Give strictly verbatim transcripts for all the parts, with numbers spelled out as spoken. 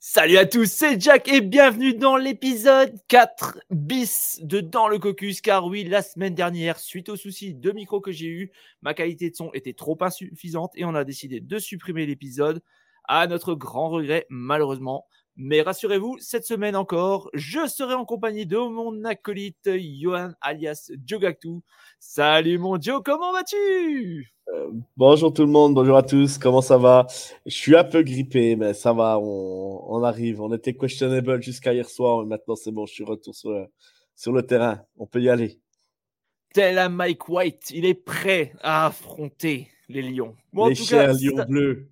Salut à tous, c'est Jack et bienvenue dans l'épisode quatre bis de Dans le Caucus. Car oui, la semaine dernière, suite aux soucis de micro que j'ai eu, ma qualité de son était trop insuffisante et on a décidé de supprimer l'épisode à notre grand regret, malheureusement. Mais rassurez-vous, cette semaine encore, je serai en compagnie de mon acolyte Johan alias Jogactu. Salut mon Joe, comment vas-tu? Euh, bonjour tout le monde, bonjour à tous, comment ça va? Je suis un peu grippé, mais ça va, on, on arrive. On était questionable jusqu'à hier soir, mais maintenant c'est bon, je suis retour sur le, sur le terrain. On peut y aller. Tel un Mike White, il est prêt à affronter les Lions. Bon, en Les tout cas, chers lions ça... bleus.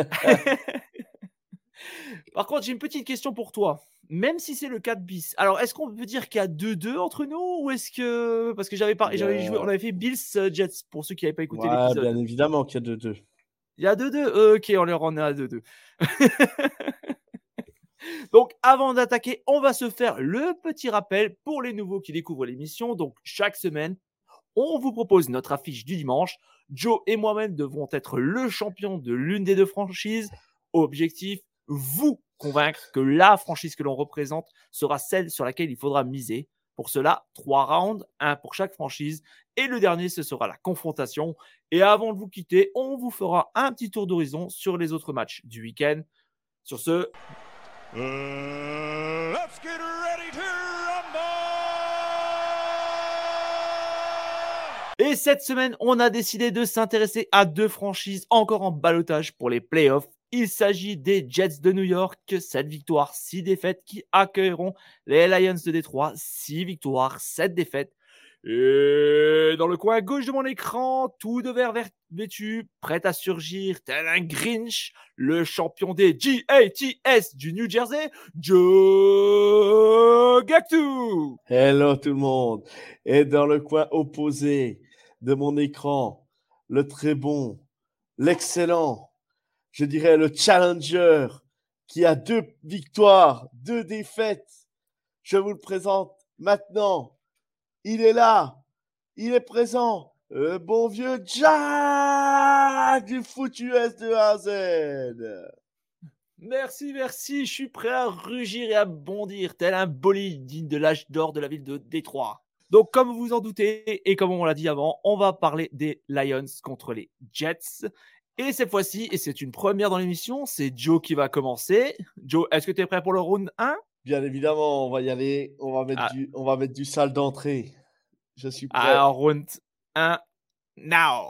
Par contre, j'ai une petite question pour toi. Même si c'est le quatre bis, alors est-ce qu'on peut dire qu'il y a deux deux entre nous ou est-ce que. Parce que j'avais pas... j'avais joué, on Euh, avait fait Bills euh, Jets pour ceux qui n'avaient pas écouté ouais, bien l'épisode. évidemment qu'il y a deux deux. Il y a deux deux. Ok, on leur en est à deux deux. Donc, avant d'attaquer, on va se faire le petit rappel pour les nouveaux qui découvrent l'émission. Donc, chaque semaine, on vous propose notre affiche du dimanche. Joe et moi-même devront être le champion de l'une des deux franchises. Objectif, vous convaincre que la franchise que l'on représente sera celle sur laquelle il faudra miser. Pour cela, trois rounds, un pour chaque franchise. Et le dernier, ce sera la confrontation. Et avant de vous quitter, on vous fera un petit tour d'horizon sur les autres matchs du week-end. Sur ce, Uh, let's get ready to rumble! Et cette semaine, on a décidé de s'intéresser à deux franchises encore en ballottage pour les playoffs. Il s'agit des Jets de New York, sept victoires, six défaites, qui accueilleront les Lions de Détroit, six victoires, sept défaites. Et dans le coin gauche de mon écran, tout de vert vêtu, prêt à surgir tel un Grinch, le champion des G A T S du New Jersey, Joe Gactu. Hello tout le monde. Et dans le coin opposé de mon écran, le très bon, l'excellent, je dirais le challenger, qui a deux victoires, deux défaites. Je vous le présente maintenant. Il est là. Il est présent. Le bon vieux Jack du foot U S de A à Z. Merci, merci, je suis prêt à rugir et à bondir, tel un bolide digne de l'âge d'or de la ville de Détroit. Donc, comme vous vous en doutez, et comme on l'a dit avant, on va parler des Lions contre les Jets. Et cette fois-ci, et c'est une première dans l'émission, c'est Joe qui va commencer. Joe, est-ce que tu es prêt pour le round un? Bien évidemment, on va y aller. On va mettre, ah, du, on va mettre du sale d'entrée. Je suis prêt. Alors, round un, now.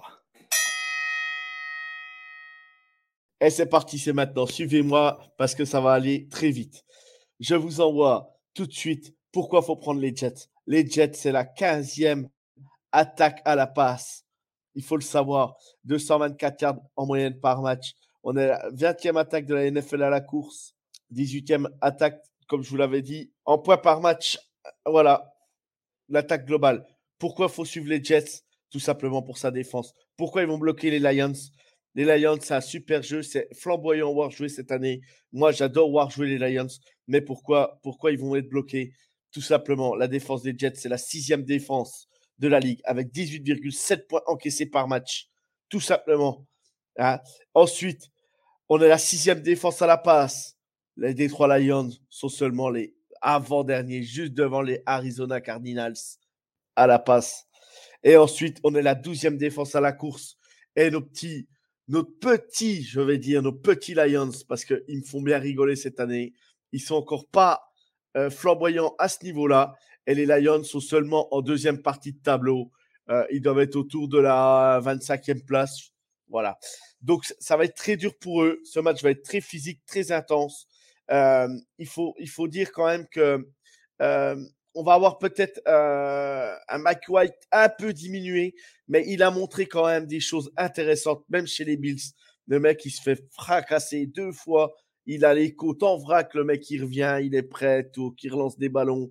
Et c'est parti, c'est maintenant. Suivez-moi parce que ça va aller très vite. Je vous envoie tout de suite pourquoi il faut prendre les Jets. Les Jets, c'est la quinzième attaque à la passe. Il faut le savoir. deux cent vingt-quatre yards en moyenne par match. On est la vingtième attaque de la N F L à la course. dix-huitième attaque, comme je vous l'avais dit, en points par match. Voilà, l'attaque globale. Pourquoi il faut suivre les Jets? Tout simplement pour sa défense. Pourquoi ils vont bloquer les Lions? Les Lions, c'est un super jeu. C'est flamboyant voir jouer cette année. Moi, j'adore voir jouer les Lions. Mais pourquoi, pourquoi ils vont être bloqués? Tout simplement, la défense des Jets, c'est la sixième défense de la ligue avec dix-huit virgule sept points encaissés par match. Tout simplement. Hein. Ensuite, on est la sixième défense à la passe. Les Detroit Lions sont seulement les avant-derniers, juste devant les Arizona Cardinals à la passe. Et ensuite, on est la douzième défense à la course. Et nos petits, nos petits, je vais dire, nos petits Lions, parce qu'ils me font bien rigoler cette année, ils sont encore pas euh, flamboyants à ce niveau-là. Et les Lions sont seulement en deuxième partie de tableau. Euh, ils doivent être autour de la vingt-cinquième place. Voilà. Donc, ça va être très dur pour eux. Ce match va être très physique, très intense. Euh, il, faut, il faut dire quand même que euh, on va avoir peut-être euh, un Mike White un peu diminué, mais il a montré quand même des choses intéressantes, même chez les Bills. Le mec, il se fait fracasser deux fois. Il a les côtes en vrac. Le mec, il revient, il est prêt, tout, qui relance des ballons.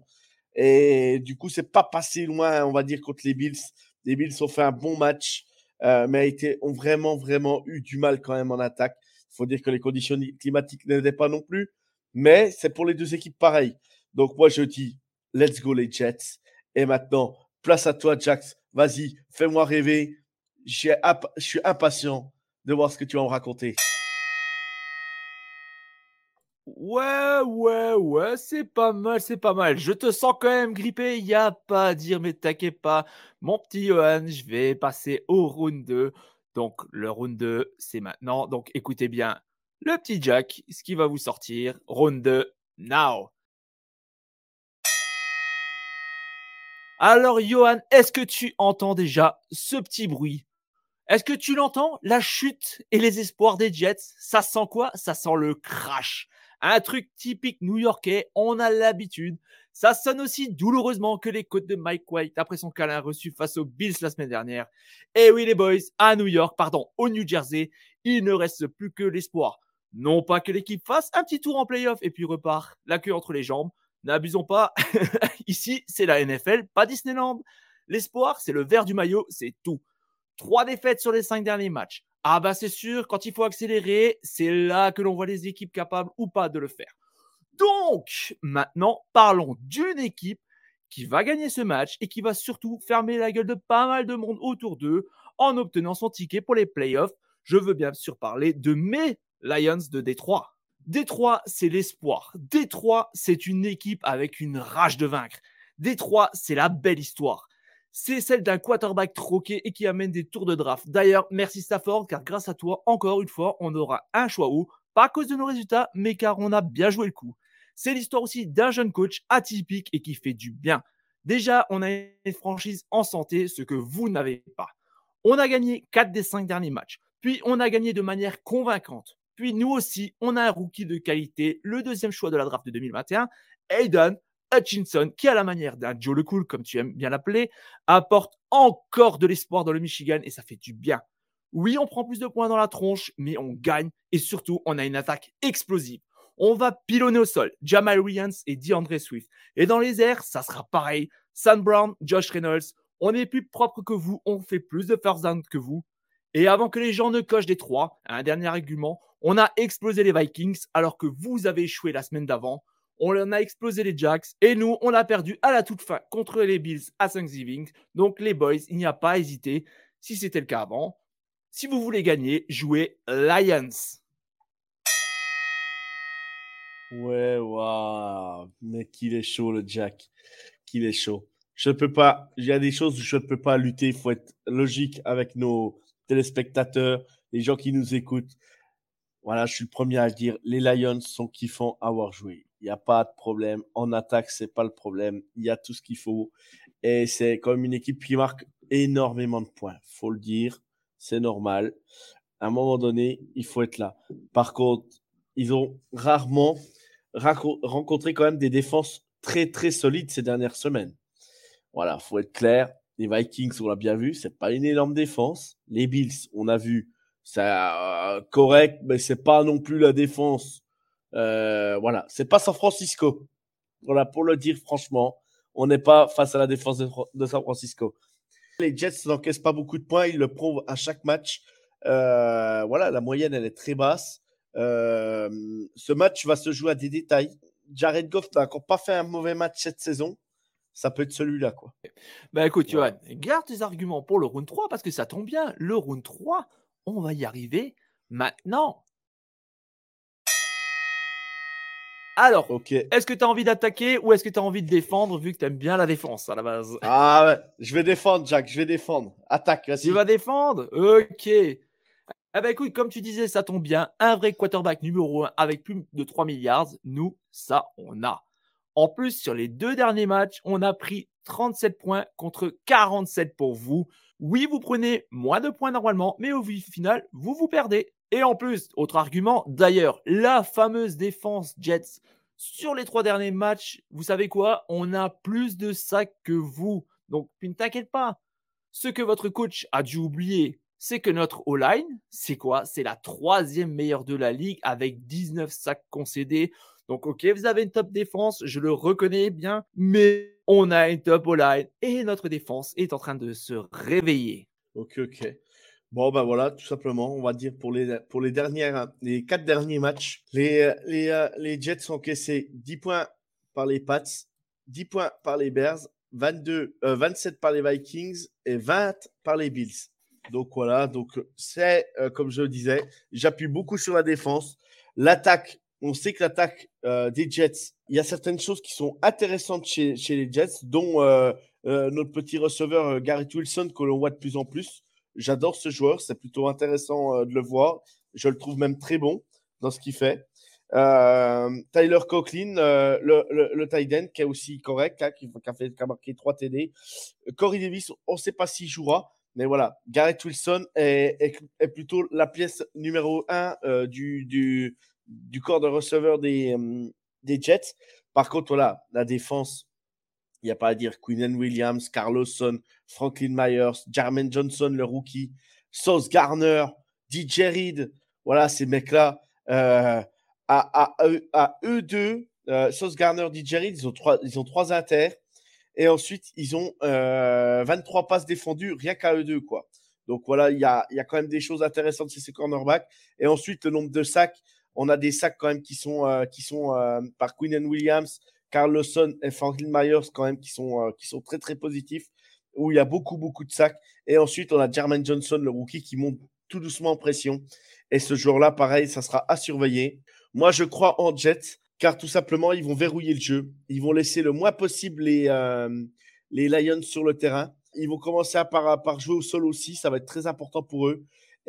Et du coup, c'est pas passé loin, on va dire, contre les Bills. Les Bills ont fait un bon match, euh, mais été, ont vraiment, vraiment eu du mal quand même en attaque. Il faut dire que les conditions climatiques n'aidaient pas non plus, mais c'est pour les deux équipes pareil. Donc moi, je dis, let's go les Jets. Et maintenant, place à toi, Jax. Vas-y, fais-moi rêver. Je suis impatient de voir ce que tu vas me raconter. Ouais, ouais, ouais, c'est pas mal, c'est pas mal. Je te sens quand même grippé, il n'y a pas à dire, mais t'inquiète pas. Mon petit Johan, je vais passer au round deux. Donc, le round deux, c'est maintenant. Donc, écoutez bien, le petit Jack, ce qui va vous sortir. Round deux, now. Alors, Johan, est-ce que tu entends déjà ce petit bruit? Est-ce que tu l'entends? La chute et les espoirs des Jets, ça sent quoi? Ça sent le crash. Un truc typique new-yorkais, on a l'habitude. Ça sonne aussi douloureusement que les côtes de Mike White après son câlin reçu face aux Bills la semaine dernière. Et oui les boys, à New York, pardon, au New Jersey, il ne reste plus que l'espoir. Non pas que l'équipe fasse un petit tour en playoff et puis repart la queue entre les jambes. N'abusons pas, ici c'est la N F L, pas Disneyland. L'espoir, c'est le vert du maillot, c'est tout. Trois défaites sur les cinq derniers matchs. Ah bah c'est sûr, quand il faut accélérer, c'est là que l'on voit les équipes capables ou pas de le faire. Donc, maintenant, parlons d'une équipe qui va gagner ce match et qui va surtout fermer la gueule de pas mal de monde autour d'eux en obtenant son ticket pour les playoffs. Je veux bien sûr parler de mes Lions de Détroit. Détroit, c'est l'espoir. Détroit, c'est une équipe avec une rage de vaincre. Détroit, c'est la belle histoire. C'est celle d'un quarterback troqué et qui amène des tours de draft. D'ailleurs, merci Stafford, car grâce à toi, encore une fois, on aura un choix haut, pas à cause de nos résultats, mais car on a bien joué le coup. C'est l'histoire aussi d'un jeune coach atypique et qui fait du bien. Déjà, on a une franchise en santé, ce que vous n'avez pas. On a gagné quatre des cinq derniers matchs. Puis, on a gagné de manière convaincante. Puis, nous aussi, on a un rookie de qualité, le deuxième choix de la draft de deux mille vingt et un, Aidan Hutchinson, qui à la manière d'un Joe le Cool, comme tu aimes bien l'appeler, apporte encore de l'espoir dans le Michigan et ça fait du bien. Oui, on prend plus de points dans la tronche, mais on gagne et surtout, on a une attaque explosive. On va pilonner au sol Jamal Williams et DeAndre Swift. Et dans les airs, ça sera pareil. Sam Brown, Josh Reynolds, on est plus propre que vous, on fait plus de first down que vous. Et avant que les gens ne cochent des trois, un dernier argument, on a explosé les Vikings alors que vous avez échoué la semaine d'avant. On en a explosé les Jacks et nous, on a perdu à la toute fin contre les Bills à Thanksgiving. Donc les boys, il n'y a pas à hésiter si c'était le cas avant. Si vous voulez gagner, jouez Lions. Ouais, waouh. Mais qu'il est chaud, le Jack. Qu'il est chaud. Je ne peux pas, il y a des choses où je ne peux pas lutter. Il faut être logique avec nos téléspectateurs, les gens qui nous écoutent. Voilà, je suis le premier à le dire. Les Lions sont kiffants à avoir joué. Il n'y a pas de problème. En attaque, c'est pas le problème. Il y a tout ce qu'il faut. Et c'est quand même une équipe qui marque énormément de points. Faut le dire. C'est normal. À un moment donné, il faut être là. Par contre, ils ont rarement raco- rencontré quand même des défenses très, très solides ces dernières semaines. Voilà, faut être clair. Les Vikings, on l'a bien vu, c'est pas une énorme défense. Les Bills, on a vu, c'est euh, correct, mais c'est pas non plus la défense. Euh, voilà, c'est pas San Francisco. Voilà, pour le dire franchement, on n'est pas face à la défense de, de San Francisco. Les Jets n'encaissent pas beaucoup de points, ils le prouvent à chaque match. Euh, voilà, la moyenne, elle est très basse. Euh, ce match va se jouer à des détails. Jared Goff n'a encore pas fait un mauvais match cette saison. Ça peut être celui-là, quoi. Bah écoute, Ouais. Johan, garde tes arguments pour le round trois parce que ça tombe bien. Le round trois, on va y arriver maintenant. Alors, Ok. est-ce que tu as envie d'attaquer ou est-ce que tu as envie de défendre vu que tu aimes bien la défense à la base? Ah ouais, je vais défendre, Jack, je vais défendre. Attaque, vas-y. Tu vas défendre? Ok. Eh ben écoute, comme tu disais, ça tombe bien. Un vrai quarterback numéro un avec plus de trois milliards. Nous, ça, on a. En plus, sur les deux derniers matchs, on a pris trente-sept points contre quarante-sept pour vous. Oui, vous prenez moins de points normalement, mais au final, vous vous perdez. Et en plus, autre argument, d'ailleurs, la fameuse défense Jets sur les trois derniers matchs, vous savez quoi? On a plus de sacs que vous. Donc, ne t'inquiète pas. Ce que votre coach a dû oublier, c'est que notre O-line, c'est quoi? C'est la troisième meilleure de la ligue avec dix-neuf sacs concédés. Donc, ok, vous avez une top défense, je le reconnais bien, mais on a une top O-line et notre défense est en train de se réveiller. Ok, ok. Bon, ben voilà, tout simplement, on va dire pour les, pour les, dernières, les quatre derniers matchs, les, les, les Jets ont encaissé dix points par les Pats, dix points par les Bears, vingt-deux, euh, vingt-sept par les Vikings et vingt par les Bills. Donc voilà, donc c'est, euh, comme je le disais, j'appuie beaucoup sur la défense. L'attaque, on sait que l'attaque euh, des Jets, il y a certaines choses qui sont intéressantes chez, chez les Jets, dont euh, euh, notre petit receveur euh, Garrett Wilson, que l'on voit de plus en plus. J'adore ce joueur, c'est plutôt intéressant euh, de le voir. Je le trouve même très bon dans ce qu'il fait. Euh, Tyler Conklin, euh, le, le, le tight end, qui est aussi correct, hein, qui, qui, a fait, qui a marqué trois T D. Corey Davis, on ne sait pas s'il jouera, mais voilà, Garrett Wilson est, est, est plutôt la pièce numéro un euh, du, du, du corps de receveur des, euh, des Jets. Par contre, voilà, la défense, il n'y a pas à dire. Quinnen Williams, Carlosson, Franklin Myers, Jermaine Johnson, le rookie, Sauce Garner, D J Reed. Voilà, ces mecs-là, euh, à, à, à eux deux, euh, Sauce Garner, D J Reed, ils ont trois, ils ont trois inters. Et ensuite, ils ont euh, vingt-trois passes défendues, rien qu'à eux deux, quoi. Donc voilà, il y a, y a quand même des choses intéressantes chez ces cornerbacks. Et ensuite, le nombre de sacs, on a des sacs quand même qui sont, euh, qui sont euh, par Quinnen Williams, Carl Lawson et Franklin Myers quand même qui sont, euh, qui sont très, très positifs, où il y a beaucoup, beaucoup de sacs. Et ensuite, on a Jermaine Johnson, le rookie, qui monte tout doucement en pression. Et ce jour-là, pareil, ça sera à surveiller. Moi, je crois en Jets, car tout simplement, ils vont verrouiller le jeu. Ils vont laisser le moins possible les, euh, les Lions sur le terrain. Ils vont commencer à par, par jouer au sol aussi. Ça va être très important pour eux.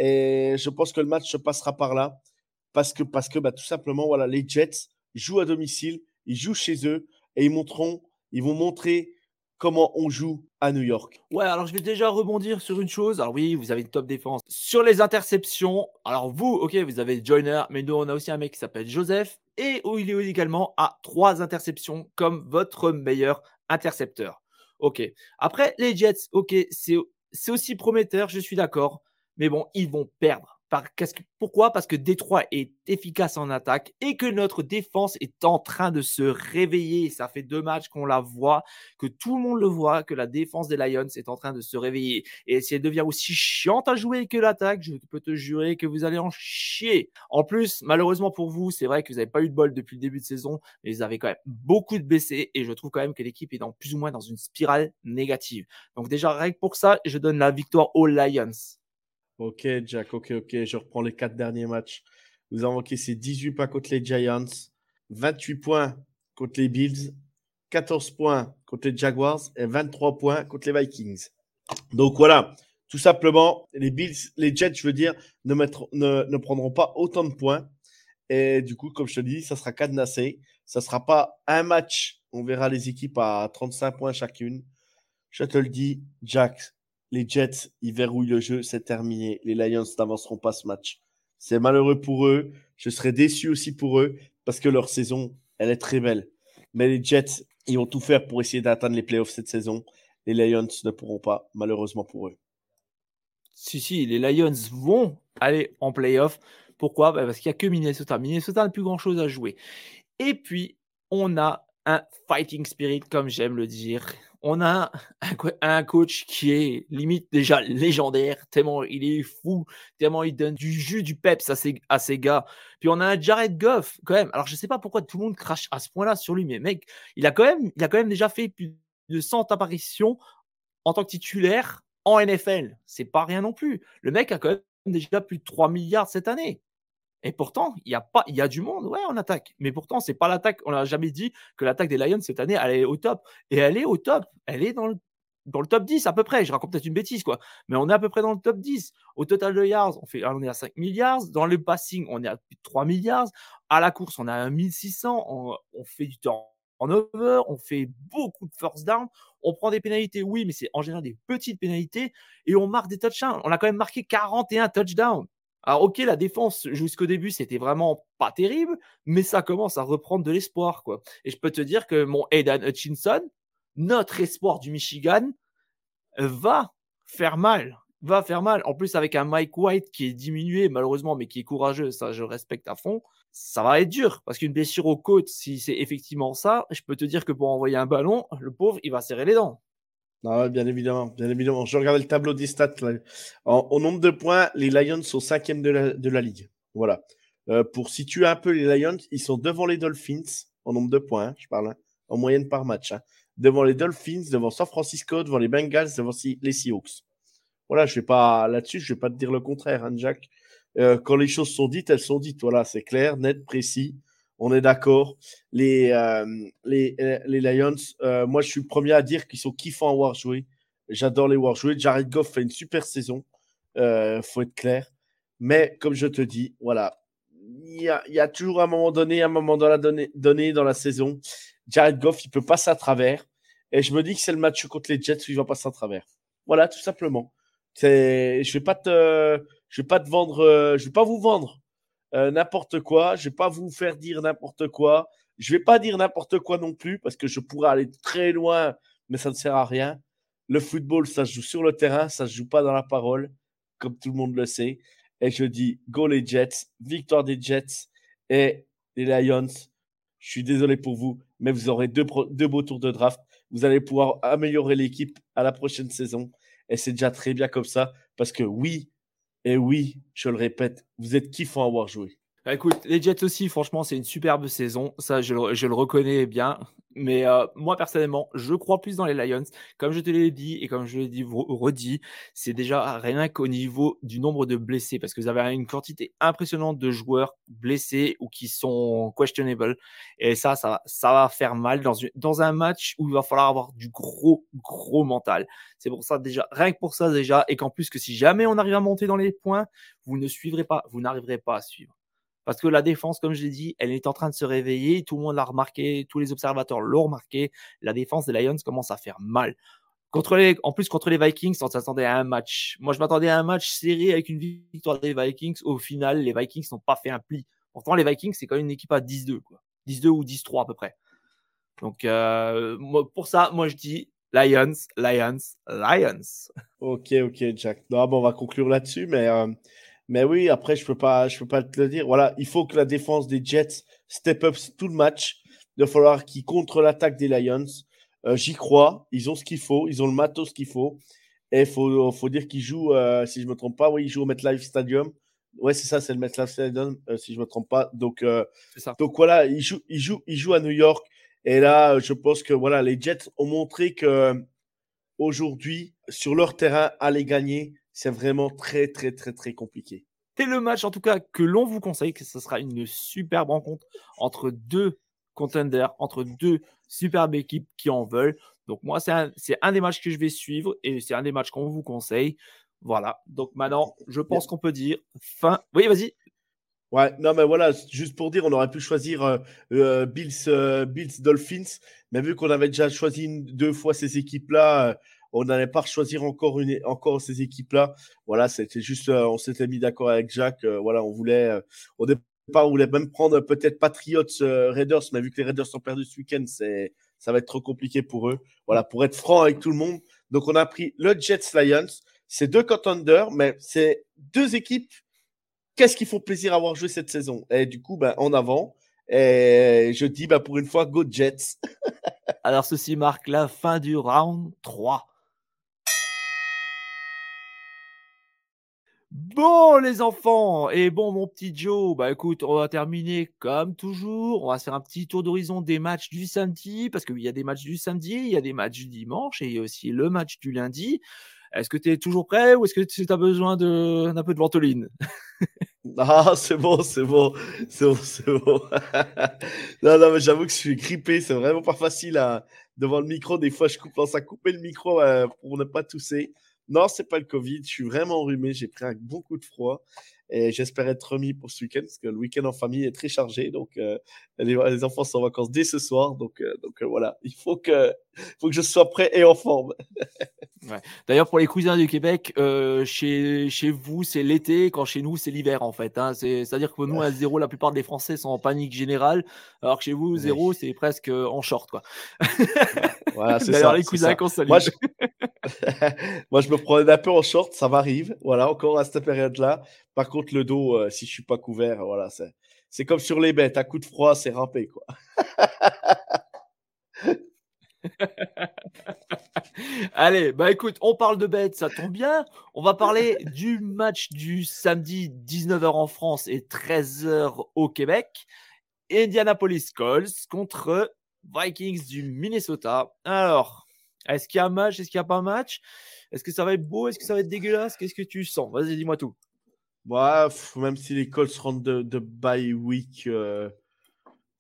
Et je pense que le match se passera par là. Parce que, parce que bah, tout simplement, voilà, les Jets jouent à domicile. Ils jouent chez eux et ils montreront, ils vont montrer comment on joue à New York. Ouais, alors je vais déjà rebondir sur une chose. Alors oui, vous avez une top défense. Sur les interceptions, alors vous, ok, vous avez Joyner, mais nous, on a aussi un mec qui s'appelle Joseph et où il est également à trois interceptions comme votre meilleur intercepteur. Ok. Après, les Jets, ok, c'est, c'est aussi prometteur, je suis d'accord, mais bon, ils vont perdre. Par, pourquoi? Parce que Détroit est efficace en attaque et que notre défense est en train de se réveiller. Ça fait deux matchs qu'on la voit, que tout le monde le voit, que la défense des Lions est en train de se réveiller. Et si elle devient aussi chiante à jouer que l'attaque, je peux te jurer que vous allez en chier. En plus, malheureusement pour vous, c'est vrai que vous n'avez pas eu de bol depuis le début de saison, mais vous avez quand même beaucoup de blessés et je trouve quand même que l'équipe est dans plus ou moins dans une spirale négative. Donc déjà, rien que pour ça, je donne la victoire aux Lions. Ok, Jack, ok, ok. Je reprends les quatre derniers matchs. Vous avez encaissé dix-huit points contre les Giants, vingt-huit points contre les Bills, quatorze points contre les Jaguars et vingt-trois points contre les Vikings. Donc voilà, tout simplement, les Bills, les Jets, je veux dire, ne, mettront, ne, ne prendront pas autant de points. Et du coup, comme je te dis, ça sera cadenassé. Ça ne sera pas un match. On verra les équipes à trente-cinq points chacune. Je te le dis, Jack, les Jets, ils verrouillent le jeu, c'est terminé. Les Lions n'avanceront pas ce match. C'est malheureux pour eux. Je serais déçu aussi pour eux parce que leur saison, elle est très belle. Mais les Jets, ils vont tout faire pour essayer d'atteindre les playoffs cette saison. Les Lions ne pourront pas, malheureusement pour eux. Si, si, les Lions vont aller en playoff. Pourquoi? Bah parce qu'il n'y a que Minnesota. Minnesota n'a plus grand-chose à jouer. Et puis, on a un fighting spirit, comme j'aime le dire. On a un, un coach qui est limite déjà légendaire, tellement il est fou, tellement il donne du jus, du peps à ses, à ses gars. Puis on a un Jared Goff, quand même. Alors, je ne sais pas pourquoi tout le monde crache à ce point-là sur lui, mais mec, il a quand même, il a quand même déjà fait plus de cent apparitions en tant que titulaire en N F L. C'est pas rien non plus. Le mec a quand même déjà plus de trois milliards cette année. Et pourtant, il y a pas, il y a du monde, ouais, en attaque. Mais pourtant, c'est pas l'attaque. On n'a jamais dit que l'attaque des Lions cette année, elle est au top. Et elle est au top. Elle est dans le, dans le top dix à peu près. Je raconte peut-être une bêtise, quoi. Mais on est à peu près dans le top dix. Au total de yards, on, fait, on est à cinq milliards. Dans le passing, on est à plus de trois milliards. À la course, on a à mille six cents. On, on fait du temps en over. On fait beaucoup de first down. On prend des pénalités, oui, mais c'est en général des petites pénalités. Et on marque des touchdowns. On a quand même marqué quarante et un touchdowns. Alors, ok, la défense, jusqu'au début, c'était vraiment pas terrible, mais ça commence à reprendre de l'espoir, quoi. Et je peux te dire que mon Aidan Hutchinson, notre espoir du Michigan, va faire mal. Va faire mal. En plus, avec un Mike White qui est diminué, malheureusement, mais qui est courageux, ça, je respecte à fond. Ça va être dur, parce qu'une blessure aux côtes, si c'est effectivement ça, je peux te dire que pour envoyer un ballon, le pauvre, il va serrer les dents. Non, bien évidemment, bien évidemment. Je regardais le tableau des stats. Là. En, au nombre de points, les Lions sont cinquième de la, de la ligue. Voilà. Euh, pour situer un peu les Lions, ils sont devant les Dolphins en nombre de points, hein, je parle, hein, en moyenne par match. Hein. Devant les Dolphins, devant San Francisco, devant les Bengals, devant les Seahawks. Voilà, je vais pas là-dessus, je vais pas te dire le contraire, hein, Jack. Euh, quand les choses sont dites, elles sont dites. Voilà, c'est clair, net, précis. On est d'accord. Les, euh, les, les Lions, euh, moi, je suis le premier à dire qu'ils sont kiffants à voir jouer. J'adore les voir jouer. Jared Goff fait une super saison. Euh, faut être clair. Mais comme je te dis, voilà, il y a, il y a toujours un moment donné, un moment dans la donné, donné dans la saison, Jared Goff, il peut passer à travers. Et je me dis que c'est le match contre les Jets où il va passer à travers. Voilà, tout simplement. C'est, je vais pas te, je vais pas te vendre, euh, je vais pas vous vendre euh, n'importe quoi. Je vais pas vous faire dire n'importe quoi. Je vais pas dire n'importe quoi non plus parce que je pourrais aller très loin, mais ça ne sert à rien. Le football, ça se joue sur le terrain, ça se joue pas dans la parole, comme tout le monde le sait. Et je dis go les Jets, victoire des Jets et les Lions. Je suis désolé pour vous, mais vous aurez deux, pro- deux beaux tours de draft. Vous allez pouvoir améliorer l'équipe à la prochaine saison. Et c'est déjà très bien comme ça parce que oui, et oui, je le répète, vous êtes kiffant à avoir joué. Bah, écoute, les Jets aussi, franchement, c'est une superbe saison. Ça, je, le- je le reconnais bien. Mais euh, moi, personnellement, je crois plus dans les Lions. Comme je te l'ai dit et comme je l'ai dit, vous- redit, c'est déjà rien qu'au niveau du nombre de blessés. Parce que vous avez une quantité impressionnante de joueurs blessés ou qui sont questionable. Et ça, ça, va- ça va faire mal dans, une- dans un match où il va falloir avoir du gros, gros mental. C'est pour ça, déjà, rien que pour ça, déjà. Et qu'en plus, que si jamais on arrive à monter dans les points, vous ne suivrez pas, vous n'arriverez pas à suivre. Parce que la défense, comme je l'ai dit, elle est en train de se réveiller. Tout le monde l'a remarqué. Tous les observateurs l'ont remarqué. La défense des Lions commence à faire mal. Contre les, en plus, contre les Vikings, on s'attendait à un match. Moi, je m'attendais à un match serré avec une victoire des Vikings. Au final, les Vikings n'ont pas fait un pli. Pourtant, les Vikings, c'est quand même une équipe à dix deux, quoi. dix deux ou dix trois à peu près. Donc, euh, moi, pour ça, moi, je dis Lions, Lions, Lions. Ok, ok, Jack. Non, bon, on va conclure là-dessus, mais, euh, mais oui, après, je peux pas, je peux pas te le dire. Voilà, il faut que la défense des Jets step up tout le match. Il va falloir qu'ils contre l'attaque des Lions. Euh, j'y crois. Ils ont ce qu'il faut. Ils ont le matos qu'il faut. Et il faut, faut dire qu'ils jouent, euh, si je me trompe pas, oui, ils jouent au MetLife Stadium. Ouais, c'est ça, c'est le MetLife Stadium, euh, si je me trompe pas. Donc, euh, C'est ça. donc voilà, ils jouent, ils jouent, ils jouent à New York. Et là, je pense que voilà, les Jets ont montré que aujourd'hui, sur leur terrain, aller gagner, c'est vraiment très, très, très, très compliqué. C'est le match, en tout cas, que l'on vous conseille, que ce sera une superbe rencontre entre deux contenders, entre deux superbes équipes qui en veulent. Donc, moi, c'est un, c'est un des matchs que je vais suivre et c'est un des matchs qu'on vous conseille. Voilà. Donc, maintenant, je pense qu'on peut dire fin. Oui, vas-y. Ouais, non, mais voilà, juste pour dire, on aurait pu choisir euh, euh, Bills, euh, Bills Dolphins, mais vu qu'on avait déjà choisi une, deux fois ces équipes-là, euh, on n'allait pas choisir encore, une, encore ces équipes-là. Voilà, c'était juste, euh, on s'était mis d'accord avec Jacques. Euh, voilà, on voulait, euh, au départ, on voulait même prendre peut-être Patriots, euh, Raiders, mais vu que les Raiders sont perdus ce week-end, c'est, ça va être trop compliqué pour eux. Voilà, pour être franc avec tout le monde. Donc, on a pris le Jets Lions. C'est deux contenders, mais c'est deux équipes. Qu'est-ce qu'ils font plaisir à avoir joué cette saison? Et du coup, ben, en avant. Et je dis, ben, pour une fois, go Jets. Alors, ceci marque la fin du round trois. Bon les enfants, et bon mon petit Joe, bah écoute, on va terminer comme toujours, on va se faire un petit tour d'horizon des matchs du samedi, parce qu'il y a des matchs du samedi, il y a des matchs du dimanche, et il y a aussi le match du lundi. Est-ce que tu es toujours prêt ou est-ce que tu as besoin de, d'un peu de ventoline? Ah, c'est bon, c'est bon, c'est bon, c'est bon. non, non, mais j'avoue que je suis grippé, c'est vraiment pas facile à, devant le micro. Des fois, je commence à couper le micro euh, pour ne pas tousser. Non, c'est pas le Covid, je suis vraiment enrhumé, j'ai pris un bon coup de froid et j'espère être remis pour ce week-end parce que le week-end en famille est très chargé. Donc, euh, les, les, enfants sont en vacances dès ce soir. Donc, euh, donc euh, voilà, il faut que, faut que je sois prêt et en forme. Ouais. D'ailleurs, pour les cousins du Québec, euh, chez, chez vous, c'est l'été, quand chez nous, c'est l'hiver, en fait. Hein. C'est, c'est-à-dire que nous, à zéro, la plupart des Français sont en panique générale, alors que chez vous, Ouais. zéro, c'est presque en short, quoi. Voilà, voilà c'est D'ailleurs, ça. les C'est cousins ça. qu'on salue. Moi, je... Moi, je me promène un peu en short, ça m'arrive. Voilà, encore à cette période-là. Par contre, le dos, euh, si je suis pas couvert, voilà, c'est, c'est comme sur les bêtes. À coup de froid, c'est râpé, quoi. Allez, bah écoute, on parle de bêtes, ça tombe bien. On va parler du match du samedi dix-neuf heures en France et treize heures au Québec. Indianapolis Colts contre Vikings du Minnesota. Alors, est-ce qu'il y a un match? Est-ce qu'il n'y a pas un match? Est-ce que ça va être beau? Est-ce que ça va être dégueulasse? Qu'est-ce que tu sens? Vas-y, dis-moi tout. Bah, pff, même si les Colts rentrent de, de bye week, euh,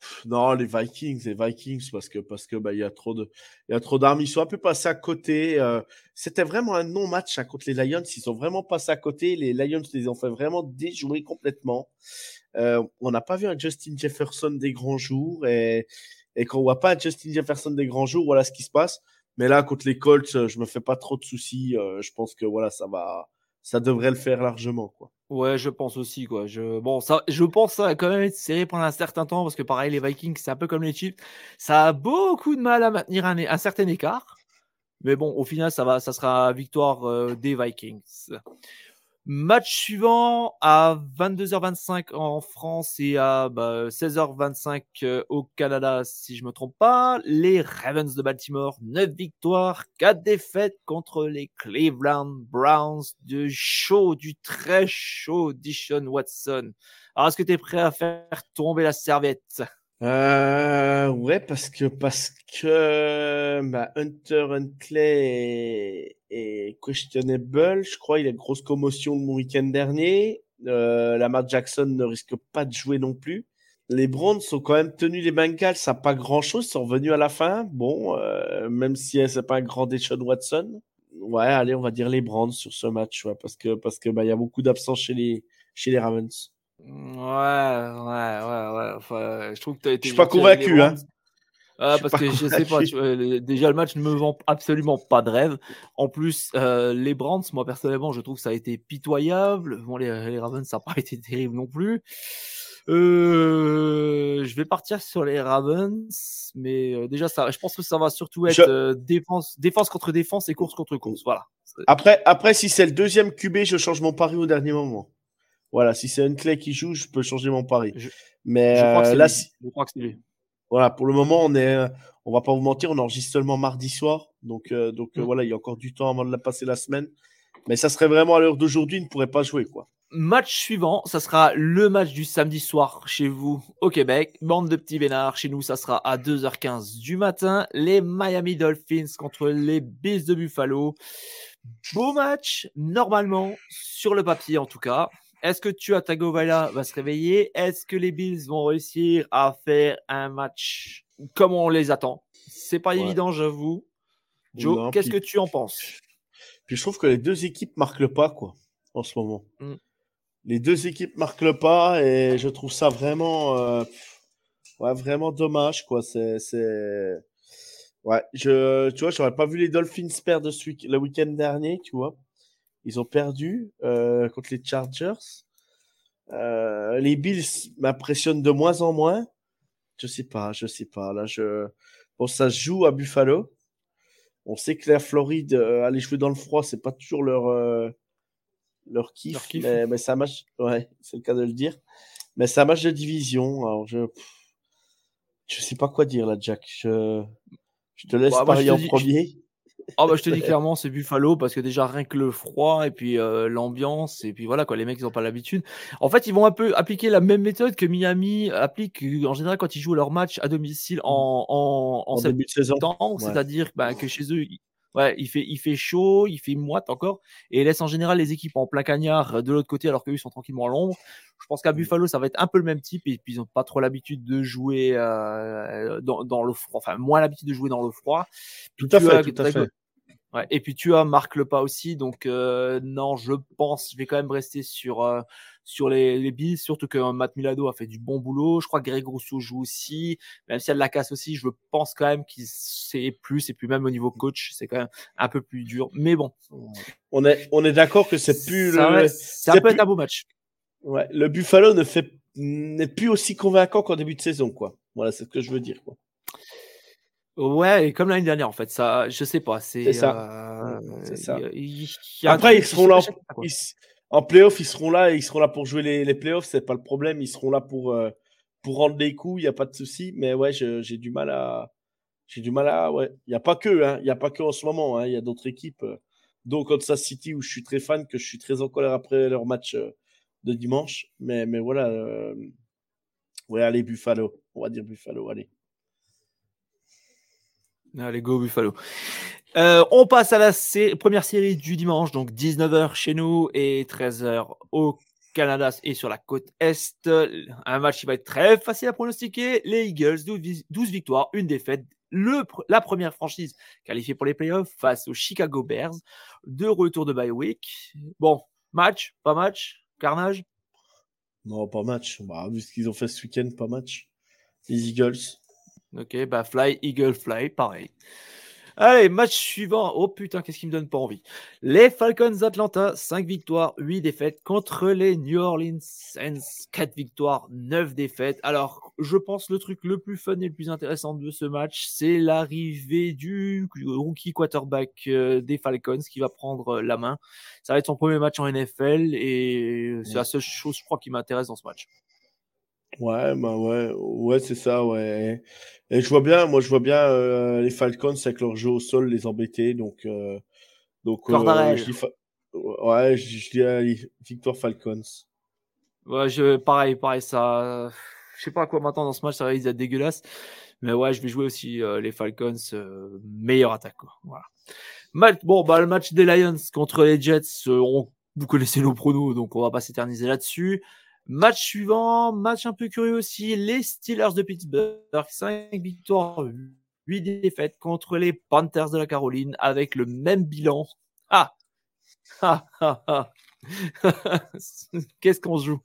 Non, les Vikings, les Vikings, parce que parce que bah il y a trop de il y a trop d'armes. Ils sont un peu passés à côté. Euh, c'était vraiment un non-match hein, contre les Lions. Ils sont vraiment passés à côté. Les Lions les ont fait vraiment déjouer complètement. Euh, on n'a pas vu un Justin Jefferson des grands jours et et quand on voit pas un Justin Jefferson des grands jours, voilà ce qui se passe. Mais là contre les Colts, je me fais pas trop de soucis. Euh, je pense que voilà ça va, ça devrait le faire largement quoi. Ouais, je pense aussi quoi. Je bon ça, je pense que ça va quand même être serré pendant un certain temps parce que pareil les Vikings c'est un peu comme les Chiefs, ça a beaucoup de mal à maintenir un, un certain écart. Mais bon, au final ça va, ça sera victoire euh, des Vikings. Match suivant à vingt-deux heures vingt-cinq en France et à bah, seize heures vingt-cinq euh, au Canada, si je me trompe pas. Les Ravens de Baltimore, neuf victoires, quatre défaites contre les Cleveland Browns de chaud, du très chaud Deshaun Watson. Alors, est-ce que tu es prêt à faire tomber la serviette? Euh, ouais, parce que parce que bah, Hunter Huntley est, est questionable. Je crois il a une grosse commotion le week-end dernier. Euh, Lamar Jackson ne risque pas de jouer non plus. Les Browns sont quand même tenus les Bengals, ça pas grand-chose, ils sont revenus à la fin. Bon, euh, même si c'est pas un grand Deshaun Watson. Ouais, allez, on va dire les Browns sur ce match, ouais, parce que parce que bah il y a beaucoup d'absence chez les chez les Ravens. Ouais, ouais, ouais, ouais. Enfin, je trouve que tu as Je été suis pas gentil avec les convaincu, Browns. hein. Je Ah, suis parce pas que je sais pas, convaincu. tu vois, le- déjà le match ne me vend absolument pas de rêve. En plus, euh, les Browns, moi personnellement, je trouve que ça a été pitoyable. Bon, les, les Ravens, ça n'a pas été terrible non plus. Euh, je vais partir sur les Ravens, mais euh, déjà, ça, je pense que ça va surtout Je... être euh, défense, défense contre défense et course contre course. Voilà. Après, après, si c'est le deuxième Q B, je change mon pari au dernier moment. Voilà, si c'est Huntley qui joue, je peux changer mon pari. Je, Mais je crois que euh, c'est là, lui. si... Je crois que c'est lui. voilà, pour le moment, on est, on va pas vous mentir, on enregistre seulement mardi soir, donc euh, donc euh, Mm. voilà, il y a encore du temps avant de la passer la semaine. Mais ça serait vraiment à l'heure d'aujourd'hui, il ne pourrait pas jouer quoi. Match suivant, ça sera le match du samedi soir chez vous au Québec. Bande de petits vénards. Chez nous, ça sera à deux heures quinze du matin. Les Miami Dolphins contre les Bills de Buffalo. Beau match, normalement, sur le papier en tout cas. Est-ce que Tua Tagovailoa va se réveiller? Est-ce que les Bills vont réussir à faire un match comme on les attend? C'est pas Ouais. évident, j'avoue. Joe, Non, qu'est-ce puis, que tu en penses? puis je trouve que les deux équipes marquent le pas quoi, en ce moment. Mm. Les deux équipes marquent le pas et je trouve ça vraiment, euh, ouais, vraiment dommage quoi. C'est, c'est, ouais, je, tu vois, j'aurais pas vu les Dolphins perdre ce week- le week-end dernier, tu vois. Ils ont perdu euh, contre les Chargers. Euh, les Bills m'impressionnent de moins en moins. Je sais pas, je sais pas. Là, je, bon, ça se joue à Buffalo. On sait que la Floride, euh, aller jouer dans le froid, c'est pas toujours leur euh, leur kiff, Leur kiff? mais mais ça match, ouais, c'est le cas de le dire. Mais c'est un match de division. Alors je, pff, je sais pas quoi dire là, Jack. Je, je te laisse Bah, moi, je parier te en dis, je- premier. Ah bah je te dis clairement c'est Buffalo parce que déjà rien que le froid et puis euh, l'ambiance et puis voilà quoi les mecs ils ont pas l'habitude. En fait ils vont un peu appliquer la même méthode que Miami applique euh, en général quand ils jouent leur match à domicile en, en, en En début de saison. septembre, Ouais. c'est-à-dire bah, que chez eux il, ouais, il, fait, il fait chaud, il fait moite encore et laisse en général les équipes en plein cagnard de l'autre côté alors qu'eux ils sont tranquillement à l'ombre. Je pense qu'à Buffalo ça va être un peu le même type et puis ils ont pas trop l'habitude de jouer euh, dans, dans le froid, enfin moins l'habitude de jouer dans le froid. Tout Puis à tu fait, as tout à fait. Ouais, et puis tu as Marc le pas aussi, donc euh, non, je pense, je vais quand même rester sur euh, sur les, les Bills, surtout que Matt Milano a fait du bon boulot. Je crois que Greg Rousseau joue aussi, même si elle la casse aussi, je pense quand même qu'il sait plus, et puis même au niveau coach, c'est quand même un peu plus dur. Mais bon, On est, on est d'accord que c'est plus ça, le, va- ça c'est peut plus, être un beau match. ouais, le Buffalo ne fait, n'est plus aussi convaincant qu'en début de saison, quoi. Voilà, c'est ce que je veux dire, quoi. Ouais, et comme l'année dernière en fait, ça, je sais pas, C'est c'est ça. euh, C'est il ça. y, a- il y a un Après, ils truc, je seront sais là pas, en, je sais pas quoi. ils- en playoff, ils seront là, et ils seront là pour jouer les, les playoffs, c'est pas le problème. Ils seront là pour, euh, pour rendre les coups, il n'y a pas de souci. Mais ouais, je- j'ai du mal à, j'ai du mal à, ouais. Il n'y a pas que, hein. Il n'y a pas que en ce moment, hein. Il y a d'autres équipes, euh, dont Kansas City, où je suis très fan, que je suis très en colère après leur match euh, de dimanche. Mais, mais voilà, euh, ouais, allez, Buffalo. On va dire Buffalo, allez. Allez, go Buffalo. Euh, on passe à la sé- première série du dimanche, donc dix-neuf heures chez nous et treize heures au Canada et sur la côte Est. Un match qui va être très facile à pronostiquer. Les Eagles, douze victoires, une défaite. Le, la première franchise qualifiée pour les playoffs face aux Chicago Bears. De retour de bye week. Bon, match, pas match, carnage? Non, pas match. Bah, vu ce qu'ils ont fait ce week-end, pas match. Les Eagles. Ok, bah fly, Eagle, fly, pareil. Allez, match suivant. Oh putain, qu'est-ce qui me donne pas envie. Les Falcons d'Atlanta, cinq victoires, huit défaites contre les New Orleans Saints, quatre victoires, neuf défaites. Alors, je pense le truc le plus fun et le plus intéressant de ce match, c'est l'arrivée du rookie quarterback des Falcons qui va prendre la main. Ça va être son premier match en N F L et c'est la seule chose, je crois, qui m'intéresse dans ce match. Ouais, bah ouais, ouais, c'est ça, ouais. Et je vois bien, moi, je vois bien euh, les Falcons avec leur jeu au sol les embêter, donc, euh, donc, euh, je dis, fa- ouais, je, je dis euh, victoire Falcons. Ouais, je, pareil, pareil, ça, je sais pas à quoi m'attendre dans ce match, ça risque d'être dégueulasse, mais ouais, je vais jouer aussi euh, les Falcons, euh, meilleure attaque, quoi. Voilà. Match, bon, bah le match des Lions contre les Jets, euh, on, vous connaissez nos pronos, donc on va pas s'éterniser là-dessus. Match suivant, match un peu curieux aussi, les Steelers de Pittsburgh, cinq victoires, huit défaites contre les Panthers de la Caroline avec le même bilan. Ah, ah, ah, ah. Qu'est-ce qu'on joue?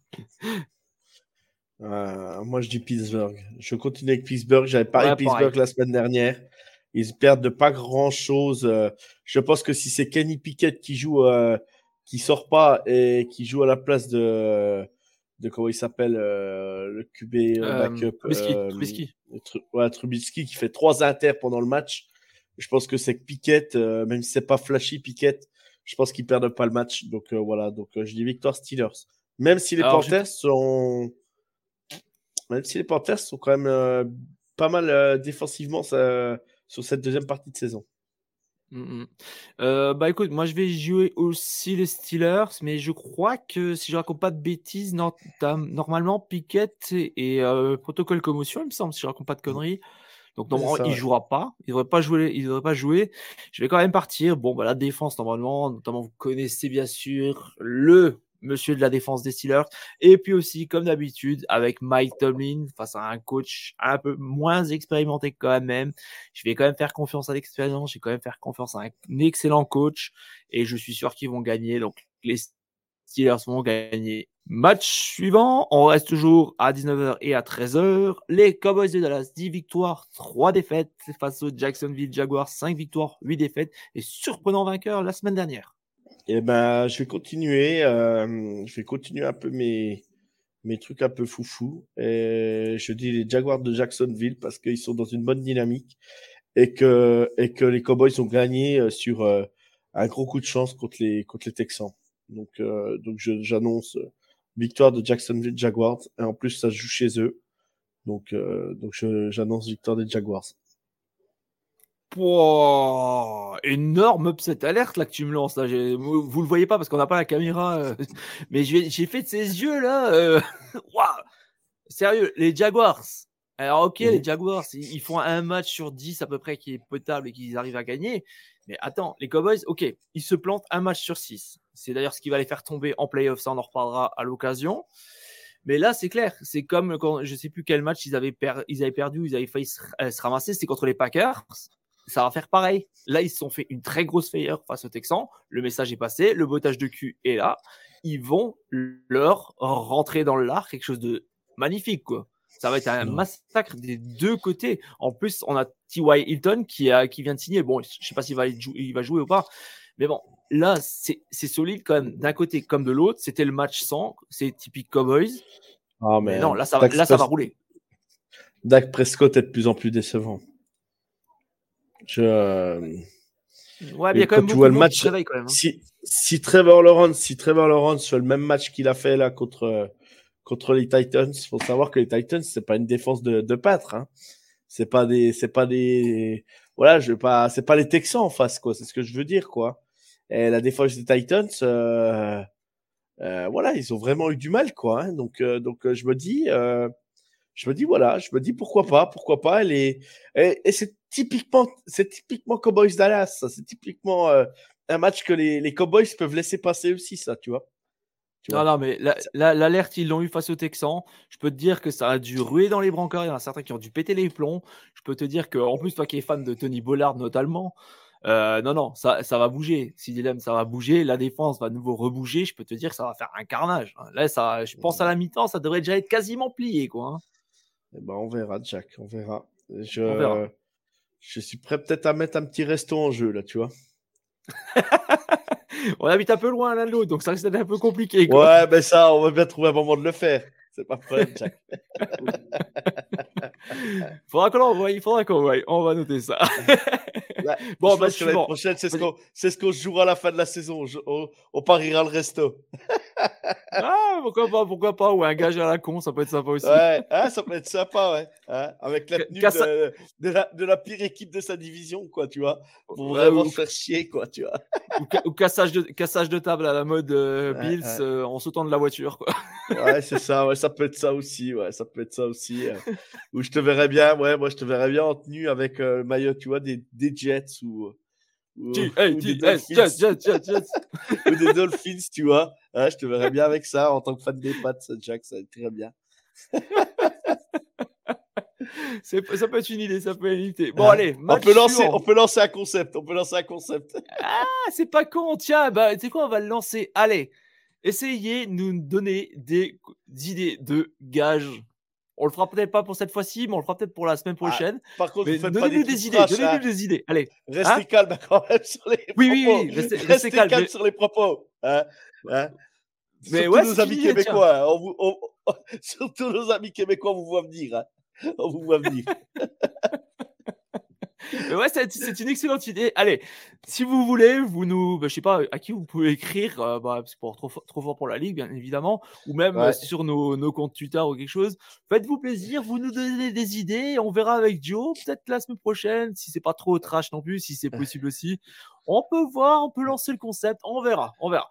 Euh, moi, je dis Pittsburgh. Je continue avec Pittsburgh. J'avais parlé Ouais, de Pittsburgh pareil. la semaine dernière. Ils perdent de pas grand-chose. Euh, je pense que si c'est Kenny Pickett qui joue, euh, qui sort pas et qui joue à la place de, de comment il s'appelle, euh, le Q B Euh, backup, Trubisky, euh, Trubisky. Tru- ouais, Trubisky qui fait trois inters pendant le match. Je pense que c'est que Pickett, euh, même si c'est pas flashy Pickett, je pense qu'ils perdent pas le match. Donc euh, voilà. Donc euh, je dis victoire Steelers. Même si les Alors, je... Panthers sont même si les Panthers sont quand même euh, pas mal euh, défensivement ça, sur cette deuxième partie de saison. Mm-hmm. Euh, bah écoute, moi je vais jouer aussi les Steelers, mais je crois que si je raconte pas de bêtises, no- normalement Pickett et euh, protocole commotion, il me semble, si je raconte pas de conneries. Donc C'est normalement ça, il ouais. jouera pas, il devrait pas jouer, il devrait pas jouer. Je vais quand même partir. Bon bah la défense normalement, notamment vous connaissez bien sûr le monsieur de la défense des Steelers. Et puis aussi comme d'habitude avec Mike Tomlin face à un coach un peu moins expérimenté quand même. Je vais quand même faire confiance à l'expérience, je vais quand même faire confiance à un excellent coach et je suis sûr qu'ils vont gagner. Donc les Steelers vont gagner. Match suivant, on reste toujours à dix-neuf heures et à treize heures. Les Cowboys de Dallas, dix victoires, trois défaites face aux Jacksonville Jaguars, cinq victoires, huit défaites et surprenant vainqueur la semaine dernière. Et ben, je vais continuer. Euh, je vais continuer un peu mes, mes trucs un peu foufou. Et je dis les Jaguars de Jacksonville parce qu'ils sont dans une bonne dynamique et que, et que les Cowboys ont gagné sur euh, un gros coup de chance contre les, contre les Texans. Donc, euh, donc je, j'annonce victoire de Jacksonville Jaguars. Et en plus, ça se joue chez eux. Donc, euh, donc je, j'annonce victoire des Jaguars. Wow, énorme upset alerte là que tu me lances là. J'ai... Vous le voyez pas parce qu'on n'a pas la caméra, euh... mais j'ai, j'ai fait de ces yeux là. Euh... Wow. Sérieux, les Jaguars. Alors ok, Mhm. les Jaguars, ils font un match sur dix à peu près qui est potable et qu'ils arrivent à gagner. Mais attends, les Cowboys, ok, ils se plantent un match sur six. C'est d'ailleurs ce qui va les faire tomber en playoff, ça on en reparlera à l'occasion. Mais là, c'est clair, c'est comme quand je sais plus quel match ils avaient, per... ils avaient perdu, ils avaient failli se, euh, se ramasser, c'était contre les Packers. Ça va faire pareil. Là, ils se sont fait une très grosse frayeur face aux Texans. Le message est passé, le bottage de cul est là. Ils vont leur rentrer dans le lard, quelque chose de magnifique, quoi. Ça va être un massacre des deux côtés. En plus, on a T Y. Hilton qui, a, qui vient de signer. Bon, je ne sais pas s'il va, il va jouer ou pas. Mais bon, là, c'est, c'est solide quand même. D'un côté comme de l'autre, c'était le match sans. C'est typique Cowboys. Ah, mais, mais non, là, ça, va, là, ça va rouler. Dak Prescott est de plus en plus décevant. Je... Ouais, mais il y a quand même beaucoup de monde qui se réveille quand même. Hein. Si, si Trevor Lawrence, si Trevor Lawrence fait le même match qu'il a fait là contre, contre les Titans, il faut savoir que les Titans, c'est pas une défense de, de pâtre. Hein. C'est pas des, c'est pas des, voilà, je veux pas, c'est pas les Texans en face, quoi. C'est ce que je veux dire, quoi. Et la défense des Titans, euh, euh, voilà, ils ont vraiment eu du mal, quoi. Hein. Donc, euh, donc, euh, je me dis, euh, je me dis voilà, je me dis pourquoi pas, pourquoi pas. Elle est, et, et c'est typiquement, c'est typiquement Cowboys Dallas. Ça. C'est typiquement euh, un match que les, les Cowboys peuvent laisser passer aussi, ça, tu vois. Tu Non, vois. non, mais la- la- l'alerte, ils l'ont eu face aux Texans. Je peux te dire que ça a dû ruer dans les brancards. Il y en a certains qui ont dû péter les plombs. Je peux te dire que, en plus, toi qui es fan de Tony Bollard notamment, euh, non, non, ça, ça va bouger. Si dilemme, ça va bouger. La défense va de nouveau rebouger. Je peux te dire que ça va faire un carnage. Là, ça, je pense à la mi-temps, ça devrait déjà être quasiment plié, quoi. hein. Eh ben, on verra, Jack, on verra. On Je, verra. je suis prêt peut-être à mettre un petit resto en jeu, là, tu vois. On habite un peu loin l'un de l'autre, donc ça risque d'être un peu compliqué, quoi. Ouais, ben ça, on va bien trouver un moment de le faire. C'est pas de problème, Jack. faudra qu'on l'envoie, il faudra qu'on l'envoie. On va noter ça. Là, Bon, je bah, pense que l'année suivant. prochaine, c'est ce Vas-y. qu'on c'est ce qu'on jouera à la fin de la saison. Je- on, on pariera le resto. Ah, pourquoi pas, pourquoi pas. Ou un gage à la con, ça peut être sympa aussi. Ouais, hein, ça peut être sympa, ouais. Hein, avec la Ca- tenue Cassa- de, de la, de la pire équipe de sa division, quoi, tu vois. Pour Ouais, vraiment ou, se faire chier, quoi, tu vois. ou ca- ou cassage, de, cassage de table à la mode euh, Ouais, Bills ouais. euh, en sautant de la voiture, quoi. Ouais, c'est ça, ouais, ça peut être ça aussi, ouais, ça peut être ça aussi. euh, Où je te verrais bien, ouais, moi je te verrais bien en tenue avec euh, le maillot, tu vois, des, des Jets ou, ou, T, hey, ou des T, S, Dolphins. Jets, Jets, Jets, Jets. Ou des Dolphins, tu vois. Ouais, je te verrais bien avec ça en tant que fan des Pats, Jack, ça va être très bien. C'est- Ça peut être une idée, ça peut être une idée. Bon, Hein, allez, on match peut lancer, suivant. on peut lancer un concept, on peut lancer un concept. Ah, c'est pas con, tiens, bah, tu sais quoi, on va le lancer. Allez, essayez de nous donner des des idées de gages. On le fera peut-être pas pour cette fois-ci, mais on le fera peut-être pour la semaine Ah, prochaine. par contre, Mais vous faites pas des donnez-nous trucs des idées, trash, donnez-nous hein. des idées. Allez, Restez hein calme quand même sur les Oui, oui, propos. oui, restez, restez Restez calme. calme mais- sur les propos. Hein, hein. Mais Surtout ouais, nos c'est amis une idée, tiens. québécois. hein, on vous- on- Surtout nos amis québécois, on vous voit venir. hein. On vous voit venir. Mais ouais, c'est c'est une excellente idée. Allez, si vous voulez, vous nous, bah, je sais pas à qui vous pouvez écrire, euh, bah, c'est pour trop, fo- trop fort pour la ligue, bien évidemment, ou même euh, Ouais. sur nos, nos comptes Twitter ou quelque chose. Faites-vous plaisir, vous nous donnez des idées, on verra avec Joe, peut-être la semaine prochaine, si c'est pas trop trash non plus, si c'est possible aussi. On peut voir, on peut lancer le concept, on verra, on verra.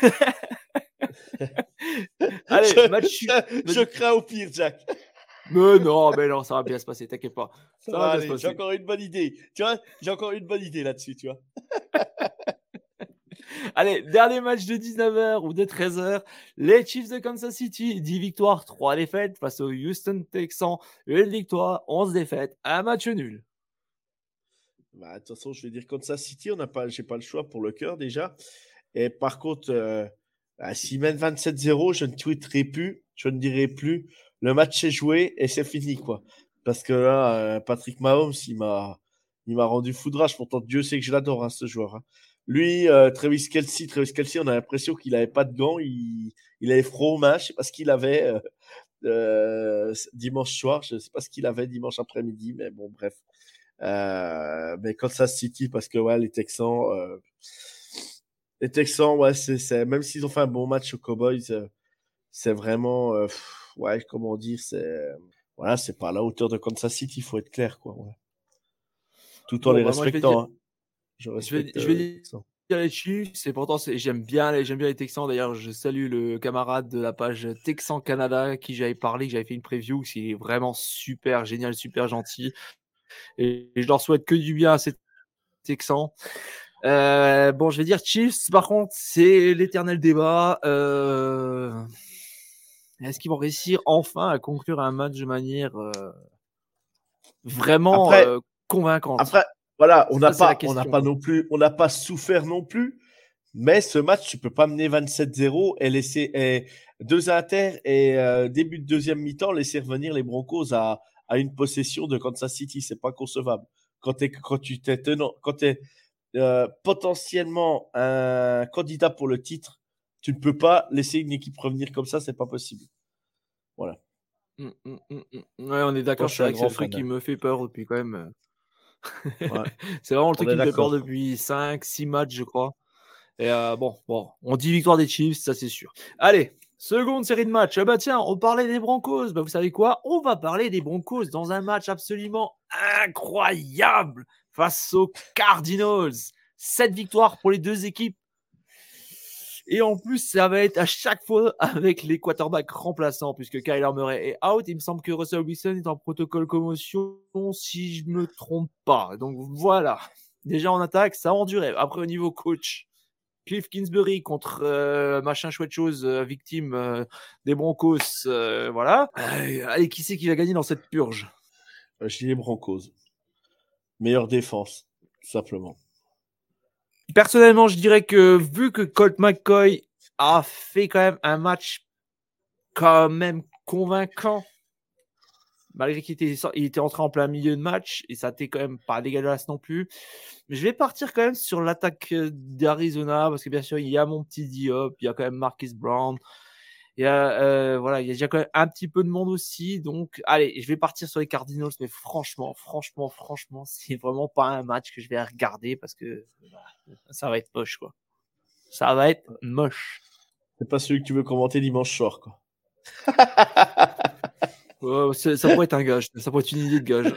Allez, je, match. su- je, je crains au pire, Jack. Mais non, mais non, ça va bien se passer, t'inquiète pas. Ça Ça va va bien se aller. J'ai passer. encore une bonne idée. Tu vois, j'ai encore une bonne idée là-dessus, tu vois. Allez, dernier match de dix-neuf heures ou de treize heures. Les Chiefs de Kansas City, dix victoires, trois défaites face aux Houston Texans. Une victoire, onze défaites, un match nul. Bah, de toute façon, je vais dire Kansas City, on n'a pas, j'ai pas le choix pour le cœur déjà. Et par contre, euh, bah, s'ils mènent vingt-sept zéro, je ne tweeterai plus, je ne dirai plus. Le match est joué et c'est fini, quoi. Parce que là, euh, Patrick Mahomes, il m'a, il m'a rendu foudrage. Pourtant, Dieu sait que je l'adore, hein, ce joueur. hein. Lui, euh, Travis Kelce, Travis Kelce, on a l'impression qu'il n'avait pas de gants, il, il avait froid aux mains. Je sais pas ce qu'il avait euh, euh, dimanche soir, je sais pas ce qu'il avait dimanche après-midi, mais bon, bref. Euh, mais Kansas City, parce que ouais, les Texans, euh, les Texans, ouais, c'est, c'est, même s'ils ont fait un bon match aux Cowboys, euh, c'est vraiment, euh, pff, ouais, comment dire, c'est, voilà, c'est pas à la hauteur de Kansas City, il faut être clair, quoi. Ouais. Tout en Bon, les bah, moi, je vais respectant. dire, hein. Je je vais, respecte je euh, vais les dire Texans. les Chiefs. C'est pourtant, c'est- j'aime bien, les- j'aime bien les Texans. D'ailleurs, je salue le camarade de la page Texan Canada qui j'avais parlé, que j'avais fait une preview, qui est vraiment super génial, super gentil. Et je leur souhaite que du bien à ces Texans. Euh, bon, je vais dire Chiefs. Par contre, c'est l'éternel débat. Euh, Est-ce qu'ils vont réussir enfin à conclure un match de manière euh, vraiment Après, euh, convaincante? après, voilà, on n'a Ça, c'est la pas, on n'a question. pas non plus, on n'a pas souffert non plus. Mais ce match, tu peux pas mener vingt-sept zéro et laisser et deux inters et euh, début de deuxième mi-temps laisser revenir les Broncos à, à une possession de Kansas City. C'est pas concevable. Quand, t'es, quand tu t'es tenant, quand t'es euh, potentiellement un candidat pour le titre, tu ne peux pas laisser une équipe revenir comme ça. C'est pas possible. Voilà. Mm, mm, mm, mm. Ouais, on est Moi, d'accord. je suis C'est un vrai que c'est grand le truc fan. qui me fait peur depuis quand même. euh, Ouais, c'est vraiment le on truc est qui me fait peur d'accord. depuis cinq six matchs, je crois. Et euh, bon, bon, on dit victoire des Chiefs, ça c'est sûr. Allez, seconde série de matchs. Ah bah tiens, on parlait des Broncos. Bah vous savez quoi? On va parler des Broncos dans un match absolument incroyable face aux Cardinals. Sept victoires pour les deux équipes. Et en plus, ça va être à chaque fois avec les quarterbacks remplaçants, puisque Kyler Murray est out. Il me semble que Russell Wilson est en protocole commotion, si je me trompe pas. Donc voilà. Déjà en attaque, ça a enduré. Après, au niveau coach, Cliff Kingsbury contre euh, machin chouette chose, euh, victime euh, des Broncos. Euh, voilà. Euh, allez, qui c'est qui va gagner dans cette purge? Euh, je dis les Broncos. Meilleure défense, tout simplement. Personnellement, je dirais que vu que Colt McCoy a fait quand même un match quand même convaincant, malgré qu'il était, il était entré en plein milieu de match et ça n'était quand même pas dégueulasse non plus. Mais je vais partir quand même sur l'attaque d'Arizona parce que bien sûr, il y a mon petit Diop, il y a quand même Marquise Brown. Il y a, euh, voilà, il y a déjà quand même un petit peu de monde aussi. Donc, allez, je vais partir sur les Cardinals. Mais franchement, franchement, franchement, c'est vraiment pas un match que je vais regarder parce que bah, ça va être moche, quoi. Ça va être moche. C'est pas celui que tu veux commenter dimanche soir, quoi. Oh, ça pourrait être un gage. Ça pourrait être une idée de gage.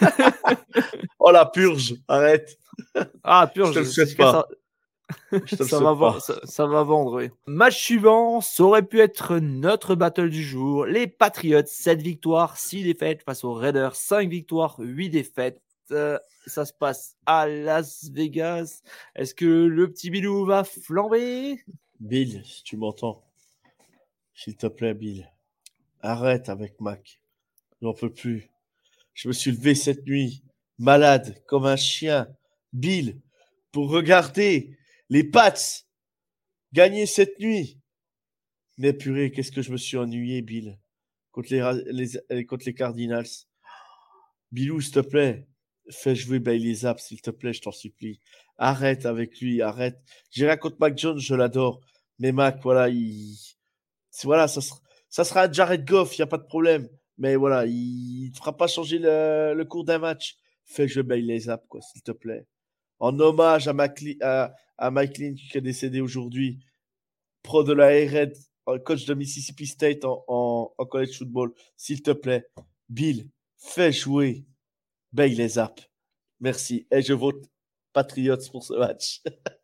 Oh la purge, arrête. Ah, purge. Je te le souhaite pas. Ça, je te le ça, va pas. Ça, ça va vendre, oui. Match suivant, ça aurait pu être notre battle du jour. Les Patriots, sept victoires, six défaites face aux Raiders, cinq victoires, huit défaites. Euh, ça se passe à Las Vegas. Est-ce que le petit Bilou va flamber? Bill, si tu m'entends, s'il te plaît, Bill, arrête avec Mac. J'en peux plus. Je me suis levé cette nuit, malade, comme un chien. Bill, pour regarder les Pats gagner cette nuit. Mais purée, qu'est-ce que je me suis ennuyé, Bill, contre les, les, contre les Cardinals. Bilou, s'il te plaît, fais jouer Bailey Zapp, s'il te plaît, je t'en supplie. Arrête avec lui, arrête. J'ai rien contre Mac Jones, je l'adore. Mais Mac, voilà, il... voilà, ça sera, ça sera un Jared Goff, il n'y a pas de problème. Mais voilà, il ne fera pas changer le, le cours d'un match. Fais jouer Bailey Zapp, quoi, s'il te plaît. En hommage à, Mac, à, à Mike Lynch qui est décédé aujourd'hui, pro de la Red, coach de Mississippi State en, en, en college football, s'il te plaît, Bill, fais jouer Bailey Zapp. Merci. Et je vote Patriots pour ce match.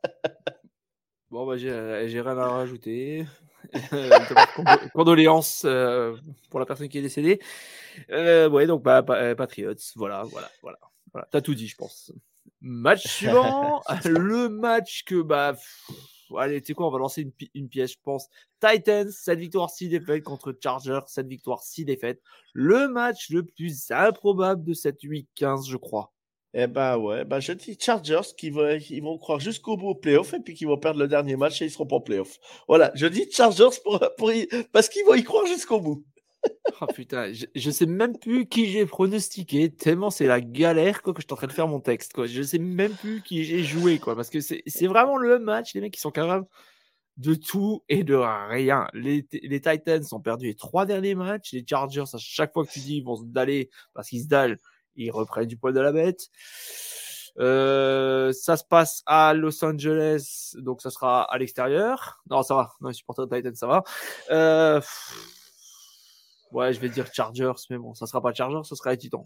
Bon, bah, j'ai, j'ai rien à rajouter. Condoléances euh, pour la personne qui est décédée. Euh, ouais, donc bah, pa- Patriots, voilà, voilà, voilà. voilà. T'as tout dit, je pense. Match suivant, le match que bah, pff, allez, tu sais quoi, on va lancer une, pi- une pièce, je pense. Titans, sept victoires, six défaites contre Chargers, sept victoires, six défaites. Le match le plus improbable de cette week quinze, je crois. Eh ben ouais, ben je dis Chargers qui vont, ils vont croire jusqu'au bout au playoff et puis qu'ils vont perdre le dernier match et ils seront pas en playoff. Voilà, je dis Chargers pour, pour y, parce qu'ils vont y croire jusqu'au bout. Oh putain, je, je sais même plus qui j'ai pronostiqué, tellement c'est la galère quoi, que je suis en train de faire mon texte. Quoi. Je sais même plus qui j'ai joué, quoi, parce que c'est, c'est vraiment le match, les mecs qui sont capables de tout et de rien. Les, les Titans ont perdu les trois derniers matchs, les Chargers, à chaque fois que tu dis ils vont se daller, parce qu'ils se dallent, ils reprennent du poil de la bête. Euh, ça se passe à Los Angeles, donc ça sera à l'extérieur. Non, ça va, non, les supporters de Titans, ça va. Euh... Ouais, je vais dire Chargers, mais bon, ça sera pas Chargers, ça sera les Titans.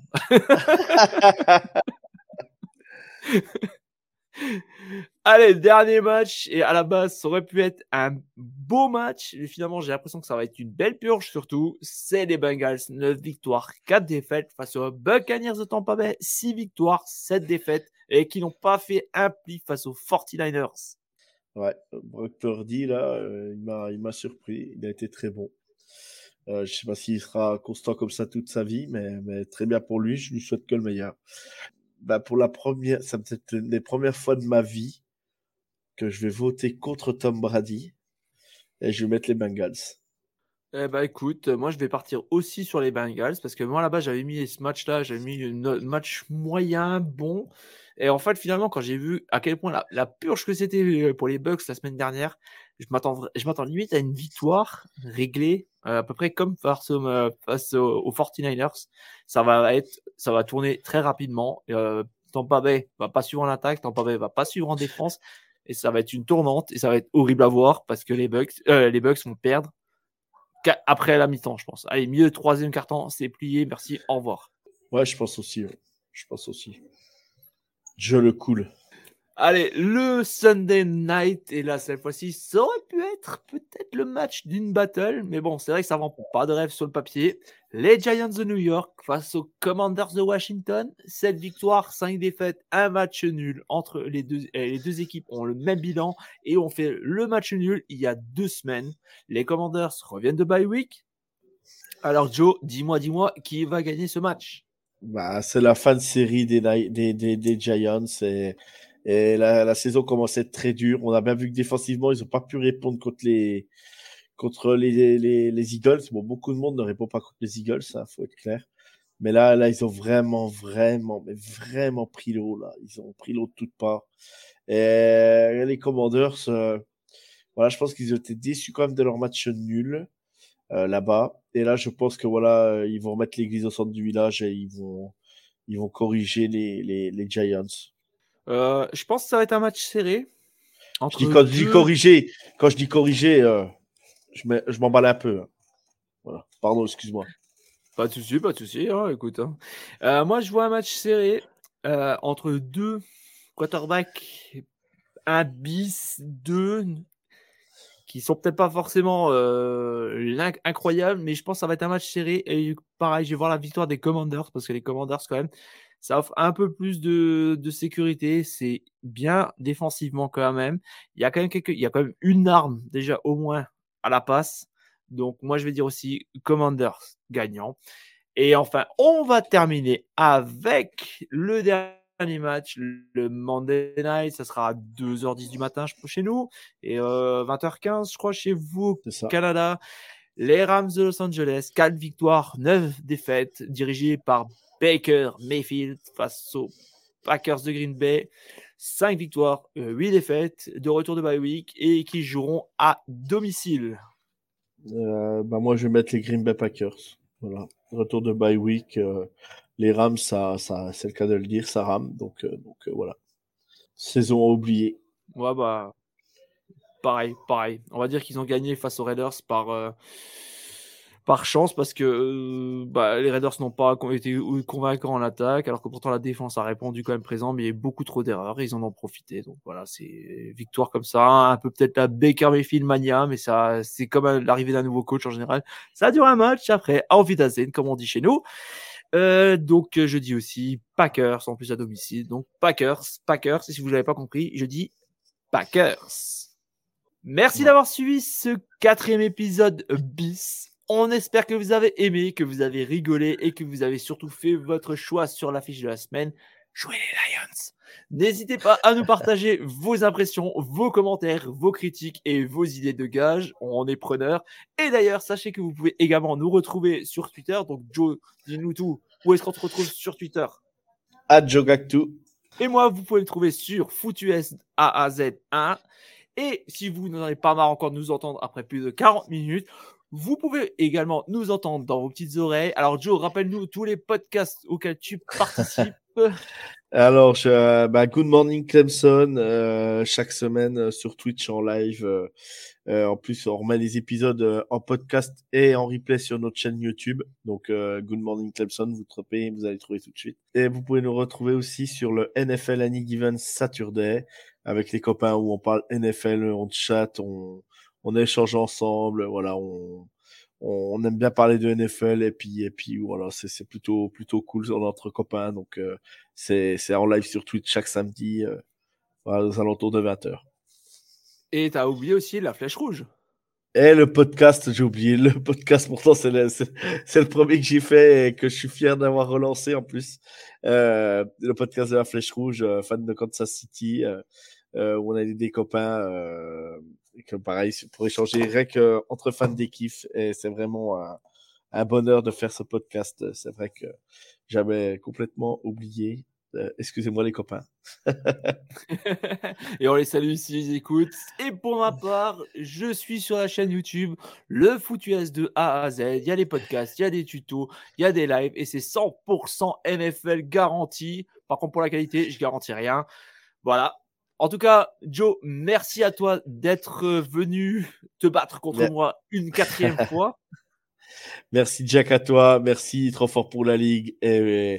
Allez, dernier match, et à la base, ça aurait pu être un beau match, mais finalement, j'ai l'impression que ça va être une belle purge, surtout, c'est les Bengals, neuf victoires, quatre défaites, face aux Buccaneers de Tampa Bay, six victoires, sept défaites, et qui n'ont pas fait un pli face aux forty-niners. Ouais, Brock Purdy, là, euh, il, m'a, il m'a surpris, il a été très bon. Euh, je sais pas s'il sera constant comme ça toute sa vie, mais, mais très bien pour lui, je lui souhaite que le meilleur. Bah pour la première, ça me fait une des premières fois de ma vie que je vais voter contre Tom Brady et je vais mettre les Bengals. Eh ben écoute, moi je vais partir aussi sur les Bengals parce que moi là-bas j'avais mis ce match-là, j'avais mis un match moyen, bon. Et en fait finalement quand j'ai vu à quel point la, la purge que c'était pour les Bucks la semaine dernière, je m'attends, je m'attends limite à une victoire réglée euh, à peu près comme face, au, face aux, aux forty-niners. Ça va être, ça va tourner très rapidement. Euh, Tampa Bay va pas suivre en attaque, Tampa Bay va pas suivre en défense et ça va être une tournante et ça va être horrible à voir parce que les Bucks, euh, les Bucks vont perdre après la mi-temps, je pense. Allez, milieu de troisième quart-temps, c'est plié. Merci, au revoir. Ouais, je pense aussi. Ouais. Je pense aussi. Je le coule. Allez, le Sunday Night, et là, cette fois-ci, ça aurait pu être peut-être le match d'une battle, mais bon, c'est vrai que ça vend pas de rêve sur le papier. Les Giants de New York face aux Commanders de Washington, sept victoires, cinq défaites, un match nul entre les deux, les deux équipes ont le même bilan et ont fait le match nul il y a deux semaines. Les Commanders reviennent de bye week. Alors Joe, dis-moi, dis-moi, qui va gagner ce match? Bah, c'est la fin de série des, des, des, des Giants et, et la, la saison commence à être très dure. On a bien vu que défensivement, ils n'ont pas pu répondre contre les, contre les, les, les Eagles. Bon, beaucoup de monde ne répond pas contre les Eagles, il faut être clair. Mais là, là, ils ont vraiment, vraiment, mais vraiment pris l'eau. Là. Ils ont pris l'eau de toutes parts. Et les Commanders, euh, voilà, je pense qu'ils ont été déçus quand même de leur match nul euh, là-bas. Et là, je pense que voilà, ils vont remettre l'église au centre du village et ils vont, ils vont corriger les, les, les Giants. Euh, je pense que ça va être un match serré. Je dis, quand deux... je dis corriger, quand je dis corriger, euh, je, mets, je m'emballe un peu. Hein. Voilà. Pardon, excuse-moi. Pas de souci, pas de souci. Hein, écoute, hein. Euh, moi, je vois un match serré euh, entre deux quarterbacks, un bis, deux qui sont peut-être pas forcément euh, incroyables, mais je pense que ça va être un match serré. Et pareil, je vais voir la victoire des Commanders parce que les Commanders, quand même, ça offre un peu plus de, de sécurité. C'est bien défensivement quand même. Il y a quand même quelques, il y a quand même une arme déjà au moins à la passe. Donc moi, je vais dire aussi Commanders gagnant. Et enfin, on va terminer avec le dernier match, le Monday Night. Ça sera à deux heures dix du matin chez nous et euh, vingt heures quinze, je crois, chez vous, au Canada. Les Rams de Los Angeles, quatre victoires, neuf défaites, dirigés par Baker Mayfield face aux Packers de Green Bay. cinq victoires, huit défaites, de retour de bye week et qui joueront à domicile. Euh, bah moi, je vais mettre les Green Bay Packers. Voilà. Retour de bye week. Euh, les Rams, ça, ça, c'est le cas de le dire, ça rame. Donc, euh, donc euh, voilà. Saison oubliée. Ouais, bah, pareil, pareil. On va dire qu'ils ont gagné face aux Raiders par, euh, par chance parce que euh, bah, les Raiders n'ont pas été convaincants en attaque, alors que pourtant la défense a répondu quand même présent, mais il y a eu beaucoup trop d'erreurs et ils en ont profité. Donc voilà, c'est victoire comme ça, un peu peut-être la Baker Mayfield mania, mais ça, c'est comme l'arrivée d'un nouveau coach en général. Ça dure un match, après, auf Wiedersehen, comme on dit chez nous. Euh, donc je dis aussi Packers en plus à domicile. Donc Packers, Packers, et si vous ne l'avez pas compris, je dis Packers. Merci ouais. d'avoir suivi ce quatrième épisode bis. On espère que vous avez aimé, que vous avez rigolé et que vous avez surtout fait votre choix sur l'affiche de la semaine. Jouez les Lions. N'hésitez pas à nous partager vos impressions, vos commentaires, vos critiques et vos idées de gage. On est preneurs. Et d'ailleurs, sachez que vous pouvez également nous retrouver sur Twitter. Donc Joe, dis-nous tout. Où est-ce qu'on te retrouve sur Twitter? À Joe Gactou. Et moi, vous pouvez le trouver sur FootUS A A Z un. Et si vous n'en avez pas marre encore de nous entendre après plus de quarante minutes, vous pouvez également nous entendre dans vos petites oreilles. Alors Joe, rappelle-nous tous les podcasts auxquels tu participes. Alors, je, bah, Good Morning Clemson, euh, chaque semaine euh, sur Twitch en live. Euh, euh, en plus, on remet les épisodes euh, en podcast et en replay sur notre chaîne YouTube. Donc, euh, Good Morning Clemson, vous trouvez, vous allez trouver tout de suite. Et vous pouvez nous retrouver aussi sur le N F L Any Given Saturday avec les copains où on parle N F L, on chatte, on, on échange ensemble. Voilà, on, on aime bien parler de N F L et puis et puis voilà, c'est c'est plutôt plutôt cool entre copains. Donc euh, c'est c'est en live sur Twitch chaque samedi euh, voilà, aux alentours de vingt heures. Et t'as oublié aussi la flèche rouge. Et le podcast, j'ai oublié le podcast. Pourtant c'est le c'est, c'est le premier que j'ai fait et que je suis fier d'avoir relancé en plus. Euh, le podcast de la flèche rouge, euh, fan de Kansas City, euh, euh, où on a des copains. Euh, Et que pareil, pour échanger rien qu'entre fans d'équipe, et c'est vraiment un, un bonheur de faire ce podcast. C'est vrai que j'avais complètement oublié. Euh, excusez-moi les copains. Et on les salue s'ils écoutent. Et pour ma part, je suis sur la chaîne YouTube, le FootUS de A à Z. Il y a les podcasts, il y a des tutos, il y a des lives, et c'est cent pour cent N F L garanti. Par contre, pour la qualité, je garantis rien. Voilà. En tout cas, Joe, merci à toi d'être venu te battre contre Mais... moi une quatrième fois. Merci Jack à toi, merci trop fort pour la ligue et,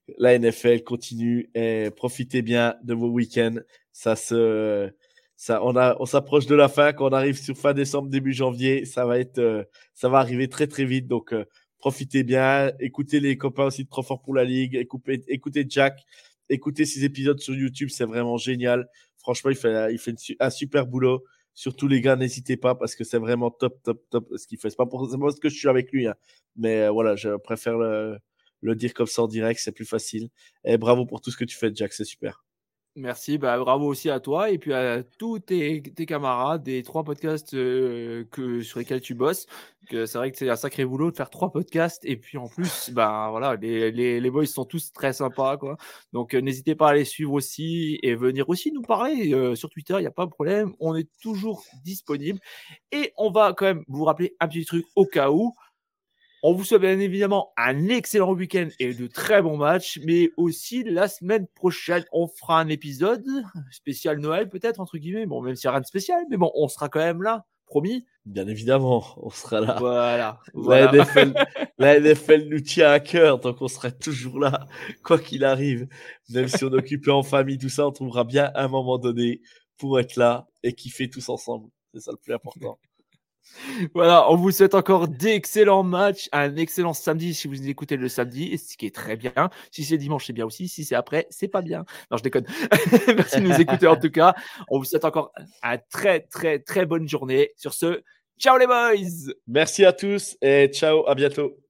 la N F L continue et profitez bien de vos week-ends. Ça se, ça, on a, on s'approche de la fin. Quand on arrive sur fin décembre, début janvier, ça va être, euh, ça va arriver très très vite. Donc euh, profitez bien. Écoutez les copains aussi de Trop Fort pour la Ligue. Écoutez, écoutez Jack. Écoutez ces épisodes sur YouTube, c'est vraiment génial. Franchement, il fait, il fait une, un super boulot. Surtout les gars, n'hésitez pas parce que c'est vraiment top, top, top ce qu'il fait. C'est pas pour c'est pas parce que je suis avec lui, hein. Mais euh, voilà, je préfère le, le dire comme ça en direct, c'est plus facile. Et bravo pour tout ce que tu fais, Jack, c'est super. Merci, bah, bravo aussi à toi et puis à tous tes, tes camarades des trois podcasts euh, que, sur lesquels tu bosses. Que c'est vrai que c'est un sacré boulot de faire trois podcasts et puis en plus, bah, voilà, les, les, les boys sont tous très sympas, quoi. Donc euh, n'hésitez pas à les suivre aussi et venir aussi nous parler euh, sur Twitter, il n'y a pas de problème, on est toujours disponible. Et on va quand même vous rappeler un petit truc au cas où. On vous souhaite bien évidemment un excellent week-end et de très bons matchs, mais aussi la semaine prochaine, on fera un épisode spécial Noël peut-être, entre guillemets. Bon, même s'il n'y a rien de spécial, mais bon, on sera quand même là, promis. Bien évidemment, on sera là. Voilà. La, voilà. N F L, la N F L nous tient à cœur, donc on sera toujours là, quoi qu'il arrive. Même si on est occupé en famille, tout ça, on trouvera bien un moment donné pour être là et kiffer tous ensemble. C'est ça le plus important. Voilà, on vous souhaite encore d'excellents matchs, un excellent samedi si vous écoutez le samedi, ce qui est très bien. Si c'est dimanche, c'est bien aussi. Si c'est après, c'est pas bien. Non, je déconne. Merci de nous écouter en tout cas. On vous souhaite encore une très, très, très bonne journée. Sur ce, ciao les boys! Merci à tous et ciao, à bientôt.